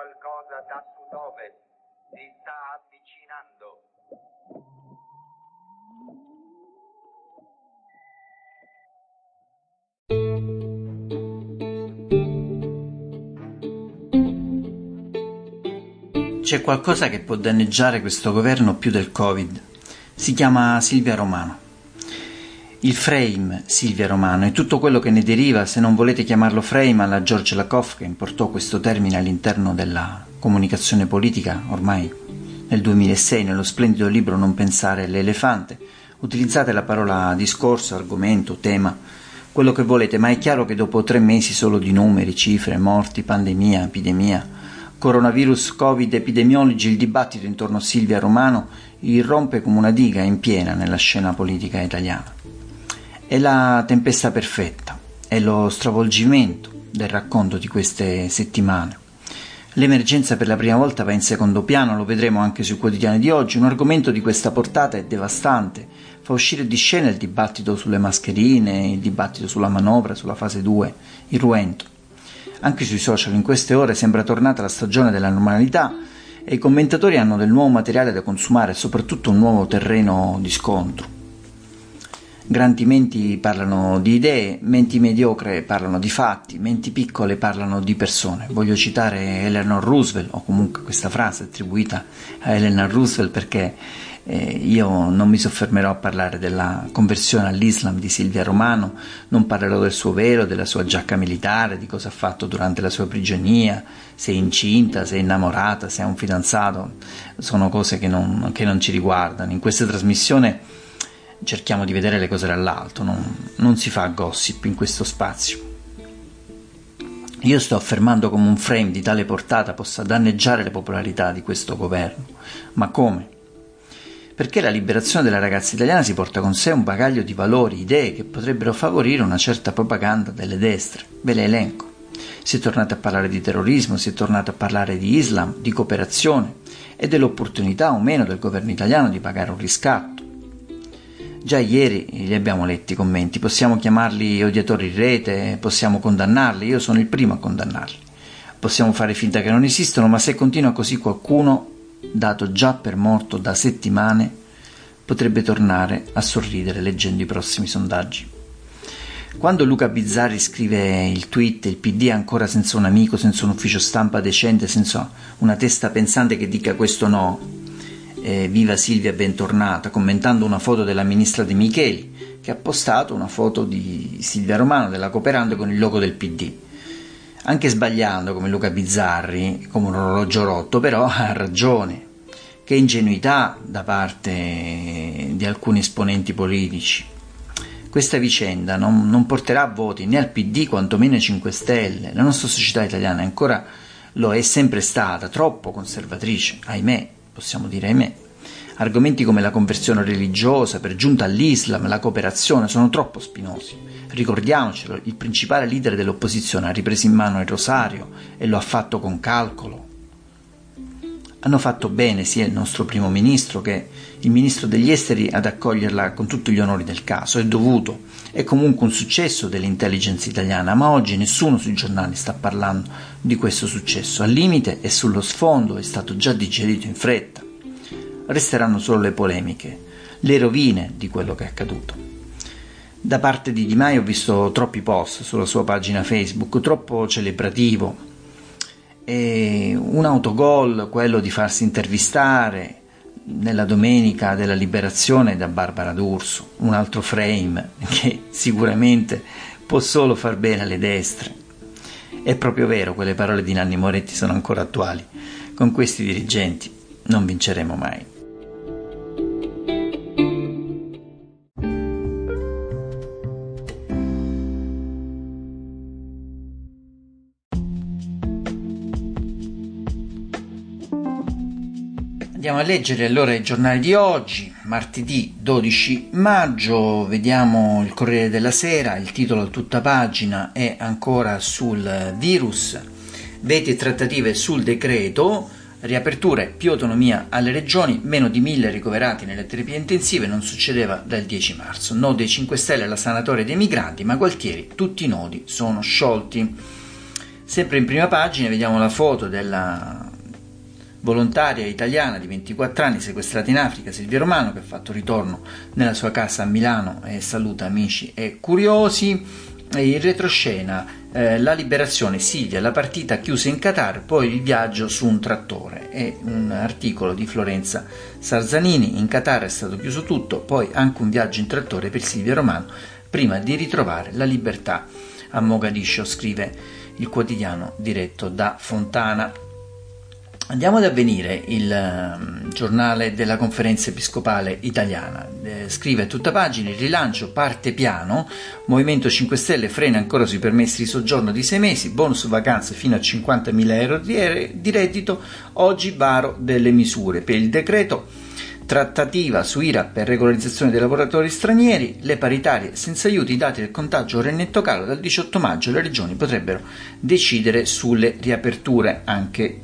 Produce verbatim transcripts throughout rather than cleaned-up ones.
qualcosa da sud-ovest. Si sta avvicinando. C'è qualcosa che può danneggiare questo governo più del Covid. Si chiama Silvia Romano. Il frame Silvia Romano e tutto quello che ne deriva, se non volete chiamarlo frame, alla George Lakoff, che importò questo termine all'interno della comunicazione politica ormai nel duemilasei, nello splendido libro Non pensare all'elefante. Utilizzate la parola discorso, argomento, tema, quello che volete, ma è chiaro che dopo tre mesi solo di numeri, cifre, morti, pandemia, epidemia, coronavirus, Covid, epidemiologi, il dibattito intorno a Silvia Romano irrompe come una diga in piena nella scena politica italiana. È la tempesta perfetta, è lo stravolgimento del racconto di queste settimane. L'emergenza per la prima volta va in secondo piano, lo vedremo anche sui quotidiani di oggi. Un argomento di questa portata è devastante, fa uscire di scena il dibattito sulle mascherine, il dibattito sulla manovra, sulla fase due, irruento. Anche sui social in queste ore sembra tornata la stagione della normalità e i commentatori hanno del nuovo materiale da consumare e soprattutto un nuovo terreno di scontro. Grandi menti parlano di idee, menti mediocre parlano di fatti, menti piccole parlano di persone. Voglio citare Eleanor Roosevelt, o comunque questa frase attribuita a Eleanor Roosevelt perché eh, io non mi soffermerò a parlare della conversione all'Islam di Silvia Romano, non parlerò del suo velo, della sua giacca militare, di cosa ha fatto durante la sua prigionia, se è incinta, se è innamorata, se ha un fidanzato. Sono cose che non, che non ci riguardano. In questa trasmissione cerchiamo di vedere le cose dall'alto, non, non si fa gossip in questo spazio. Io sto affermando come un frame di tale portata possa danneggiare la popolarità di questo governo. Ma come? Perché la liberazione della ragazza italiana si porta con sé un bagaglio di valori, idee che potrebbero favorire una certa propaganda delle destre. Ve le elenco. Si è tornato a parlare di terrorismo, si è tornato a parlare di Islam, di cooperazione e dell'opportunità o meno del governo italiano di pagare un riscatto. Già ieri li abbiamo letti i commenti, possiamo chiamarli odiatori in rete, possiamo condannarli, io sono il primo a condannarli. Possiamo fare finta che non esistono, ma se continua così qualcuno, dato già per morto da settimane, potrebbe tornare a sorridere leggendo i prossimi sondaggi. Quando Luca Bizzarri scrive il tweet, il P D è ancora senza un amico, senza un ufficio stampa decente, senza una testa pensante che dica questo no, Eh, viva Silvia bentornata, commentando una foto della ministra De Micheli che ha postato una foto di Silvia Romano della Cooperando con il logo del P D. Anche sbagliando come Luca Bizzarri, come un orologio rotto, però ha ragione. Che ingenuità da parte di alcuni esponenti politici. Questa vicenda non, non porterà voti né al P D quantomeno ai cinque Stelle. La nostra società italiana ancora lo è sempre stata, troppo conservatrice, ahimè. Possiamo dire ahimè. Argomenti come la conversione religiosa, per giunta all'Islam, la cooperazione, sono troppo spinosi. Ricordiamocelo, il principale leader dell'opposizione ha ripreso in mano il rosario e lo ha fatto con calcolo. Hanno fatto bene sia il nostro primo ministro che il ministro degli esteri ad accoglierla con tutti gli onori del caso. È dovuto, è comunque un successo dell'intelligence italiana, ma oggi nessuno sui giornali sta parlando di questo successo. Al limite e sullo sfondo è stato già digerito in fretta. Resteranno solo le polemiche, le rovine di quello che è accaduto. Da parte di Di Maio ho visto troppi post sulla sua pagina Facebook, troppo celebrativo. E un autogol, quello di farsi intervistare nella domenica della liberazione da Barbara D'Urso, un altro frame che sicuramente può solo far bene alle destre. È proprio vero, quelle parole di Nanni Moretti sono ancora attuali. Con questi dirigenti non vinceremo mai. Andiamo a leggere allora i giornali di oggi, martedì dodici maggio, vediamo il Corriere della Sera, il titolo a tutta pagina è ancora sul virus, veti e trattative sul decreto, riaperture, più autonomia alle regioni, meno di mille ricoverati nelle terapie intensive, non succedeva dal dieci marzo, no dei cinque Stelle alla sanatoria dei migranti, ma Gualtieri, tutti i nodi sono sciolti. Sempre in prima pagina vediamo la foto della volontaria italiana di ventiquattro anni sequestrata in Africa, Silvia Romano, che ha fatto ritorno nella sua casa a Milano e saluta amici e curiosi. E in retroscena eh, la liberazione, Silvia, la partita chiusa in Qatar, poi il viaggio su un trattore, e un articolo di Florenza Sarzanini. In Qatar è stato chiuso tutto, poi anche un viaggio in trattore per Silvia Romano prima di ritrovare la libertà a Mogadiscio, scrive il quotidiano diretto da Fontana. Andiamo ad Avvenire, il um, giornale della Conferenza Episcopale Italiana. Eh, scrive a tutta pagina: il rilancio parte piano, Movimento cinque Stelle frena ancora sui permessi di soggiorno di sei mesi, bonus vacanze fino a cinquantamila euro di reddito, oggi varo delle misure per il decreto, trattativa su I R A P per regolarizzazione dei lavoratori stranieri, le paritarie senza aiuti, i dati del contagio ora in netto calo, dal diciotto maggio le regioni potrebbero decidere sulle riaperture. Anche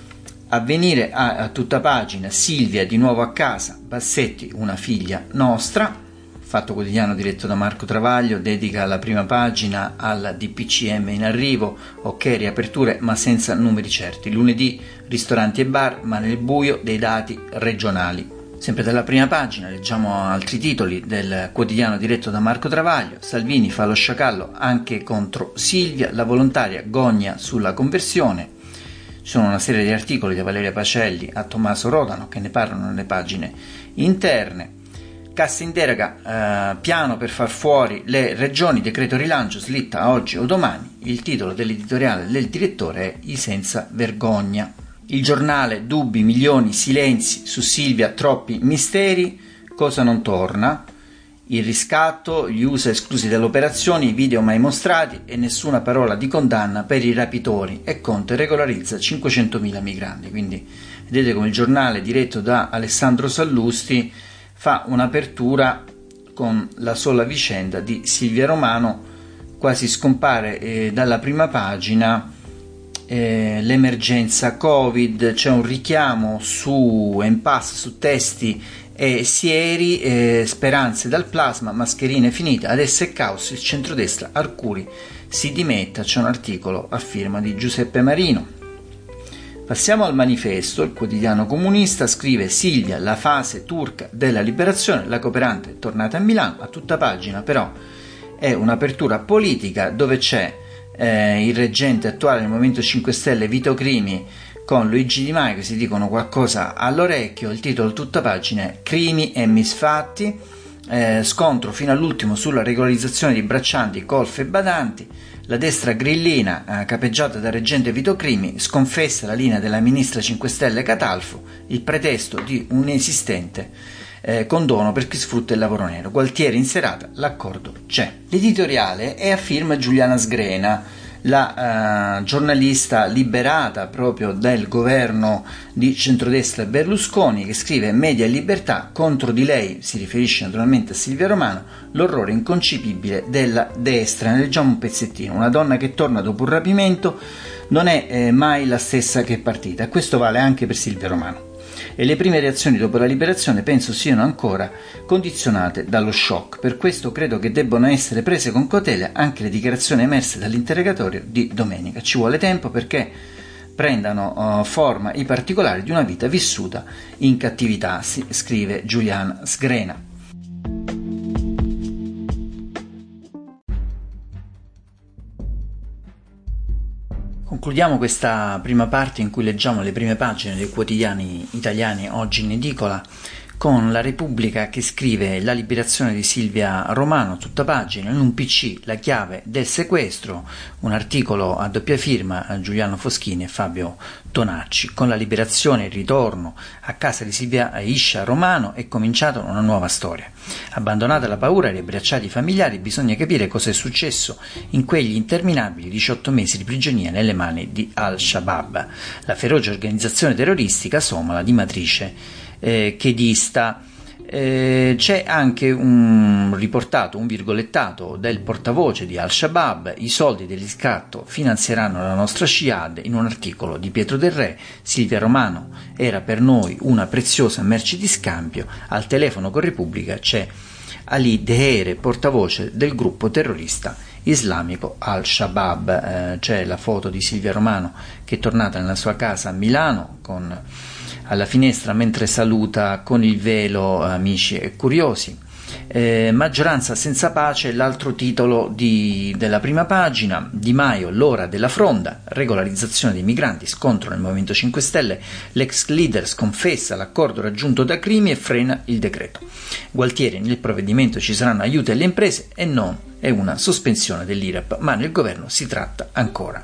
Avvenire a, a tutta pagina: Silvia di nuovo a casa, Bassetti una figlia nostra. Fatto Quotidiano diretto da Marco Travaglio dedica la prima pagina al D P C M in arrivo, ok riaperture ma senza numeri certi, lunedì ristoranti e bar ma nel buio dei dati regionali. Sempre dalla prima pagina leggiamo altri titoli del quotidiano diretto da Marco Travaglio: Salvini fa lo sciacallo anche contro Silvia, la volontaria gogna sulla conversione. Ci sono una serie di articoli da Valeria Pacelli a Tommaso Rodano che ne parlano nelle pagine interne. Cassa in deroga, eh, piano per far fuori le regioni, decreto rilancio slitta a oggi o domani. Il titolo dell'editoriale del direttore è I senza vergogna. Il Giornale: dubbi, milioni, silenzi su Silvia, troppi misteri, cosa non torna. Il riscatto, gli U S A esclusi dall'operazione, i video mai mostrati e nessuna parola di condanna per i rapitori, e Conte regolarizza cinquecentomila migranti. Quindi vedete come il giornale diretto da Alessandro Sallusti fa un'apertura con la sola vicenda di Silvia Romano. Quasi scompare eh, dalla prima pagina eh, l'emergenza Covid, c'è un richiamo su impasse, su testi e sieri, eh, speranze dal plasma, mascherine finite, adesso è caos, il centrodestra, Arcuri si dimetta. C'è un articolo a firma di Giuseppe Marino. Passiamo al Manifesto. Il quotidiano comunista scrive: Silvia, la fase turca della liberazione, la cooperante è tornata a Milano. A tutta pagina però è un'apertura politica dove c'è eh, il reggente attuale del Movimento cinque Stelle Vito Crimi con Luigi Di Maio che si dicono qualcosa all'orecchio. Il titolo tutta pagina è Crimi e misfatti, eh, scontro fino all'ultimo sulla regolarizzazione di braccianti, colf e badanti. La destra grillina, eh, capeggiata da reggente Vito Crimi, sconfessa la linea della ministra cinque Stelle Catalfo, il pretesto di un esistente eh, condono per chi sfrutta il lavoro nero. Gualtieri in serata, l'accordo c'è. L'editoriale è a firma Giuliana Sgrena, la uh, giornalista liberata proprio dal governo di centrodestra Berlusconi, che scrive: Media e libertà, contro di lei, si riferisce naturalmente a Silvia Romano, l'orrore inconcepibile della destra. Ne leggiamo un pezzettino: una donna che torna dopo un rapimento non è eh, mai la stessa che è partita. Questo vale anche per Silvia Romano. E le prime reazioni dopo la liberazione penso siano ancora condizionate dallo shock. Per questo credo che debbano essere prese con cautela anche le dichiarazioni emerse dall'interrogatorio di domenica. Ci vuole tempo perché prendano uh, forma i particolari di una vita vissuta in cattività, si scrive Giuliana Sgrena. Concludiamo questa prima parte in cui leggiamo le prime pagine dei quotidiani italiani oggi in edicola con La Repubblica che scrive: la liberazione di Silvia Romano, tutta pagina, in un P C la chiave del sequestro, un articolo a doppia firma Giuliano Foschini e Fabio Tonacci. Con la liberazione e il ritorno a casa di Silvia Iscia Romano è cominciata una nuova storia. Abbandonata la paura e riabbracciati i familiari, bisogna capire cosa è successo in quegli interminabili diciotto mesi di prigionia nelle mani di Al-Shabaab, la feroce organizzazione terroristica somala di matrice Eh, chedista. Eh, c'è anche un riportato, un virgolettato del portavoce di Al-Shabaab: i soldi del riscatto finanzieranno la nostra Jihad. In un articolo di Pietro Del Re: Silvia Romano era per noi una preziosa merce di scambio. Al telefono con Repubblica c'è Ali Dehere, portavoce del gruppo terrorista islamico Al-Shabaab. Eh, c'è la foto di Silvia Romano che è tornata nella sua casa a Milano con alla finestra mentre saluta con il velo amici e curiosi. Eh, maggioranza senza pace, l'altro titolo di, della prima pagina. Di Maio, l'ora della fronda, regolarizzazione dei migranti, scontro nel Movimento cinque Stelle, l'ex leader sconfessa l'accordo raggiunto da Crimi e frena il decreto. Gualtieri, nel provvedimento ci saranno aiuti alle imprese e non è una sospensione dell'I R A P, ma nel governo si tratta ancora.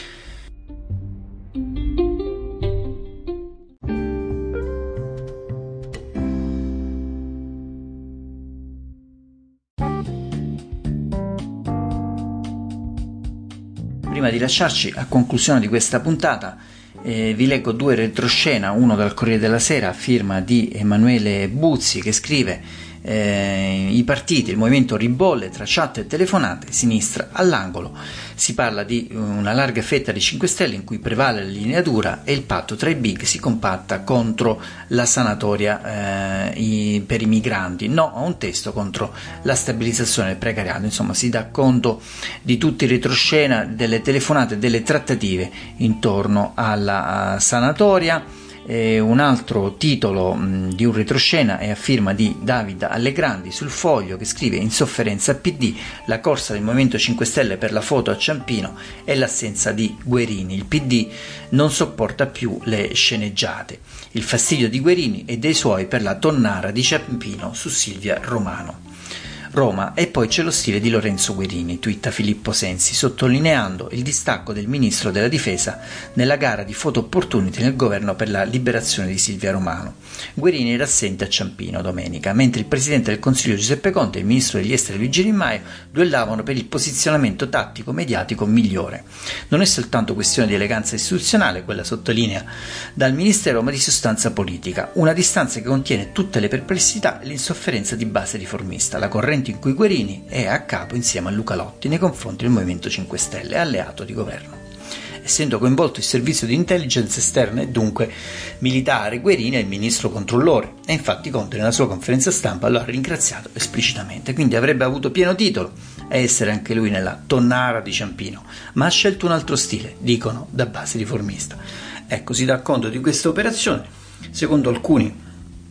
Prima di lasciarci, a conclusione di questa puntata, eh, vi leggo due retroscena, uno dal Corriere della Sera a firma di Emanuele Buzzi che scrive eh, i partiti, il movimento ribolle tra chat e telefonate, sinistra all'angolo. Si parla di una larga fetta di cinque Stelle in cui prevale la linea dura e il patto tra i big si compatta contro la sanatoria eh, i, per i migranti, no a un testo contro la stabilizzazione del precariato. Insomma, si dà conto di tutti i retroscena, delle telefonate e delle trattative intorno alla sanatoria. E un altro titolo mh, di un retroscena è a firma di Davide Allegrandi sul Foglio che scrive: insofferenza P D, la corsa del Movimento cinque Stelle per la foto a Ciampino e l'assenza di Guerini. Il P D non sopporta più le sceneggiate, il fastidio di Guerini e dei suoi per la tonnara di Ciampino su Silvia Romano. Roma, e poi c'è lo stile di Lorenzo Guerini, twitta Filippo Sensi, sottolineando il distacco del ministro della difesa nella gara di photo opportunity nel governo per la liberazione di Silvia Romano. Guerini era assente a Ciampino domenica, mentre il presidente del Consiglio Giuseppe Conte e il ministro degli esteri Luigi Di Maio duellavano per il posizionamento tattico mediatico migliore. Non è soltanto questione di eleganza istituzionale, quella sottolinea dal ministero, ma di sostanza politica, una distanza che contiene tutte le perplessità e l'insofferenza di base riformista, la corrente in cui Guerini è a capo insieme a Luca Lotti nei confronti del Movimento cinque Stelle, alleato di governo. Essendo coinvolto il servizio di intelligence esterna e dunque militare, Guerini è il ministro controllore e infatti Conte nella sua conferenza stampa lo ha ringraziato esplicitamente, quindi avrebbe avuto pieno titolo a essere anche lui nella tonnara di Ciampino, ma ha scelto un altro stile, dicono da base riformista. Ecco, si dà conto di questa operazione, secondo alcuni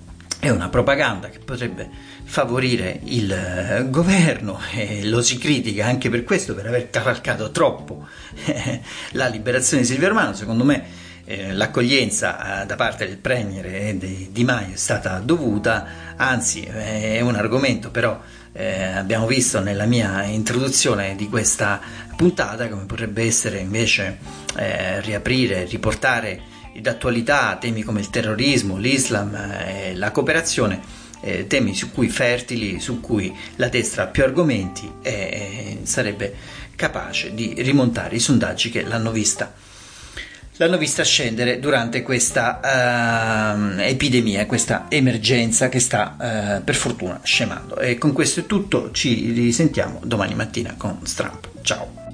è una propaganda che potrebbe favorire il governo e lo si critica anche per questo, per aver cavalcato troppo la liberazione di Silvia Romano. Secondo me eh, l'accoglienza eh, da parte del premier e di Di Maio è stata dovuta, anzi eh, è un argomento però eh, abbiamo visto nella mia introduzione di questa puntata come potrebbe essere invece eh, riaprire, riportare d'attualità temi come il terrorismo, l'Islam e la cooperazione, eh, temi su cui fertili, su cui la destra ha più argomenti e eh, sarebbe capace di rimontare i sondaggi che l'hanno vista l'hanno vista scendere durante questa uh, epidemia, questa emergenza che sta uh, per fortuna scemando. E con questo è tutto, ci risentiamo domani mattina con Strampo. Ciao.